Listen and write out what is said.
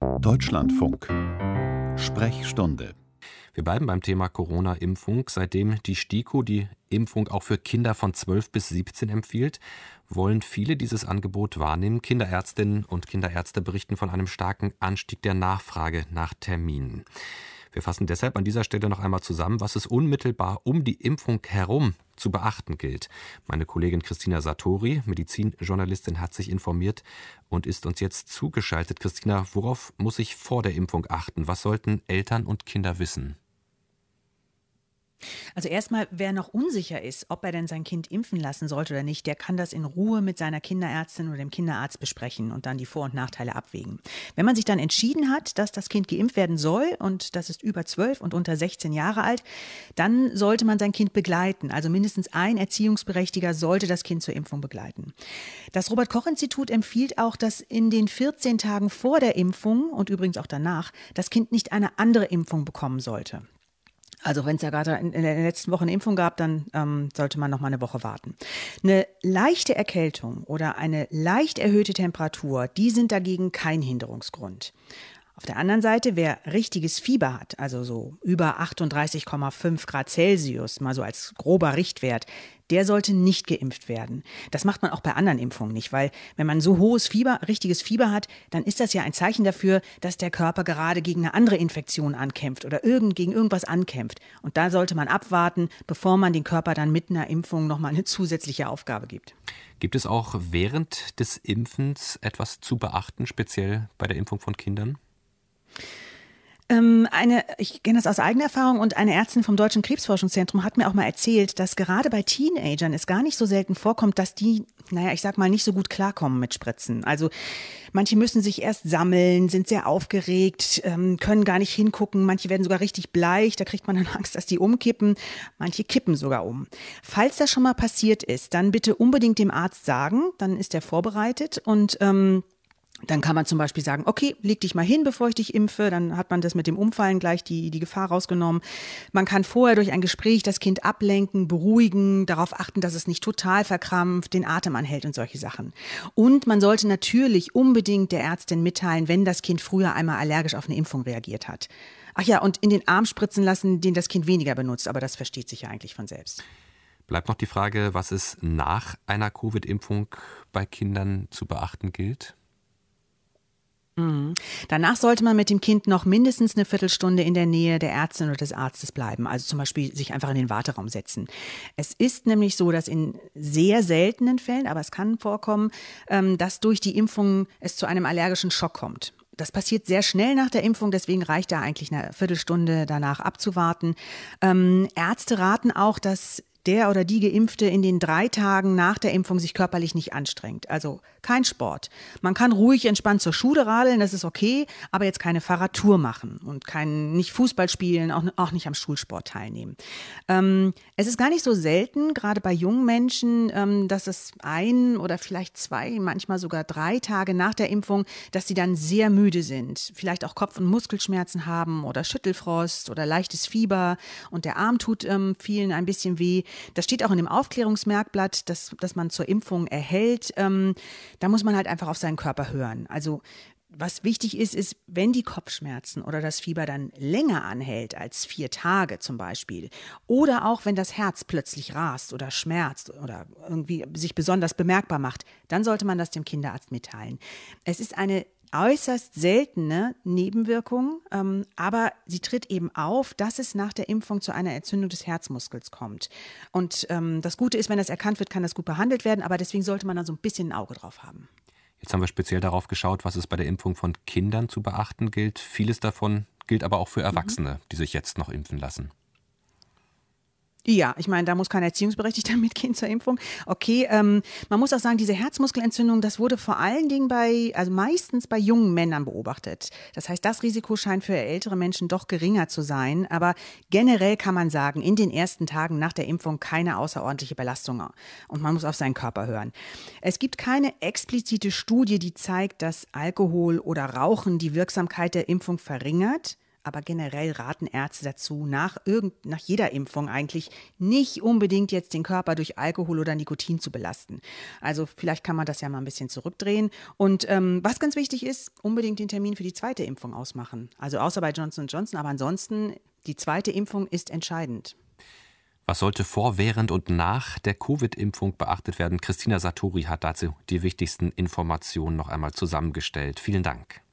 Deutschlandfunk. Sprechstunde. Wir bleiben beim Thema Corona-Impfung. Seitdem die STIKO die Impfung auch für Kinder von 12 bis 17 empfiehlt, wollen viele dieses Angebot wahrnehmen. Kinderärztinnen und Kinderärzte berichten von einem starken Anstieg der Nachfrage nach Terminen. Wir fassen deshalb an dieser Stelle noch einmal zusammen, was es unmittelbar um die Impfung herum zu beachten gilt. Meine Kollegin Christina Sartori, Medizinjournalistin, hat sich informiert und ist uns jetzt zugeschaltet. Christina, worauf muss ich vor der Impfung achten? Was sollten Eltern und Kinder wissen? Also erstmal, wer noch unsicher ist, ob er denn sein Kind impfen lassen sollte oder nicht, der kann das in Ruhe mit seiner Kinderärztin oder dem Kinderarzt besprechen und dann die Vor- und Nachteile abwägen. Wenn man sich dann entschieden hat, dass das Kind geimpft werden soll und das ist über 12 und unter 16 Jahre alt, dann sollte man sein Kind begleiten. Also mindestens ein Erziehungsberechtigter sollte das Kind zur Impfung begleiten. Das Robert-Koch-Institut empfiehlt auch, dass in den 14 Tagen vor der Impfung und übrigens auch danach das Kind nicht eine andere Impfung bekommen sollte. Also wenn es ja gerade in der letzten Woche eine Impfung gab, dann sollte man noch mal eine Woche warten. Eine leichte Erkältung oder eine leicht erhöhte Temperatur, die sind dagegen kein Hinderungsgrund. Auf der anderen Seite, wer richtiges Fieber hat, also so über 38,5 Grad Celsius, mal so als grober Richtwert, der sollte nicht geimpft werden. Das macht man auch bei anderen Impfungen nicht, weil wenn man so hohes Fieber, richtiges Fieber hat, dann ist das ja ein Zeichen dafür, dass der Körper gerade gegen eine andere Infektion ankämpft oder gegen irgendwas ankämpft. Und da sollte man abwarten, bevor man den Körper dann mit einer Impfung nochmal eine zusätzliche Aufgabe gibt. Gibt es auch während des Impfens etwas zu beachten, speziell bei der Impfung von Kindern? Ich kenne das aus eigener Erfahrung und eine Ärztin vom Deutschen Krebsforschungszentrum hat mir auch mal erzählt, dass gerade bei Teenagern es gar nicht so selten vorkommt, dass die, ich sag mal, nicht so gut klarkommen mit Spritzen. Also manche müssen sich erst sammeln, sind sehr aufgeregt, können gar nicht hingucken, manche werden sogar richtig bleich, da kriegt man dann Angst, dass die umkippen, manche kippen sogar um. Falls das schon mal passiert ist, dann bitte unbedingt dem Arzt sagen, dann ist er vorbereitet und dann kann man zum Beispiel sagen, okay, leg dich mal hin, bevor ich dich impfe. Dann hat man das mit dem Umfallen gleich die Gefahr rausgenommen. Man kann vorher durch ein Gespräch das Kind ablenken, beruhigen, darauf achten, dass es nicht total verkrampft, den Atem anhält und solche Sachen. Und man sollte natürlich unbedingt der Ärztin mitteilen, wenn das Kind früher einmal allergisch auf eine Impfung reagiert hat. Ach ja, und in den Arm spritzen lassen, den das Kind weniger benutzt. Aber das versteht sich ja eigentlich von selbst. Bleibt noch die Frage, was es nach einer Covid-Impfung bei Kindern zu beachten gilt? Danach sollte man mit dem Kind noch mindestens eine Viertelstunde in der Nähe der Ärztin oder des Arztes bleiben. Also zum Beispiel sich einfach in den Warteraum setzen. Es ist nämlich so, dass in sehr seltenen Fällen, aber es kann vorkommen, dass durch die Impfung es zu einem allergischen Schock kommt. Das passiert sehr schnell nach der Impfung, deswegen reicht da eigentlich eine Viertelstunde danach abzuwarten. Ärzte raten auch, dass der oder die Geimpfte in den 3 Tagen nach der Impfung sich körperlich nicht anstrengt. Also kein Sport. Man kann ruhig entspannt zur Schule radeln, das ist okay, aber jetzt keine Fahrradtour machen und nicht Fußball spielen, auch nicht am Schulsport teilnehmen. Es ist gar nicht so selten, gerade bei jungen Menschen, dass es 1 oder vielleicht 2, manchmal sogar 3 Tage nach der Impfung, dass sie dann sehr müde sind, vielleicht auch Kopf- und Muskelschmerzen haben oder Schüttelfrost oder leichtes Fieber und der Arm tut vielen ein bisschen weh. Das steht auch in dem Aufklärungsmerkblatt, das man zur Impfung erhält. Da muss man halt einfach auf seinen Körper hören. Also was wichtig ist, wenn die Kopfschmerzen oder das Fieber dann länger anhält als 4 Tage zum Beispiel oder auch wenn das Herz plötzlich rast oder schmerzt oder irgendwie sich besonders bemerkbar macht, dann sollte man das dem Kinderarzt mitteilen. Es ist eine äußerst seltene Nebenwirkung, aber sie tritt eben auf, dass es nach der Impfung zu einer Entzündung des Herzmuskels kommt. Und das Gute ist, wenn das erkannt wird, kann das gut behandelt werden, aber deswegen sollte man da so ein bisschen ein Auge drauf haben. Jetzt haben wir speziell darauf geschaut, was es bei der Impfung von Kindern zu beachten gilt. Vieles davon gilt aber auch für Erwachsene, die sich jetzt noch impfen lassen. Ja, ich meine, da muss kein Erziehungsberechtigter mitgehen zur Impfung. Okay, man muss auch sagen, diese Herzmuskelentzündung, das wurde vor allen Dingen meistens bei jungen Männern beobachtet. Das heißt, das Risiko scheint für ältere Menschen doch geringer zu sein. Aber generell kann man sagen, in den ersten Tagen nach der Impfung keine außerordentliche Belastung. Und man muss auf seinen Körper hören. Es gibt keine explizite Studie, die zeigt, dass Alkohol oder Rauchen die Wirksamkeit der Impfung verringert. Aber generell raten Ärzte dazu, nach jeder Impfung eigentlich nicht unbedingt jetzt den Körper durch Alkohol oder Nikotin zu belasten. Also vielleicht kann man das ja mal ein bisschen zurückdrehen. Und was ganz wichtig ist, unbedingt den Termin für die zweite Impfung ausmachen. Also außer bei Johnson & Johnson, aber ansonsten, die zweite Impfung ist entscheidend. Was sollte vor, während und nach der Covid-Impfung beachtet werden? Christina Satori hat dazu die wichtigsten Informationen noch einmal zusammengestellt. Vielen Dank.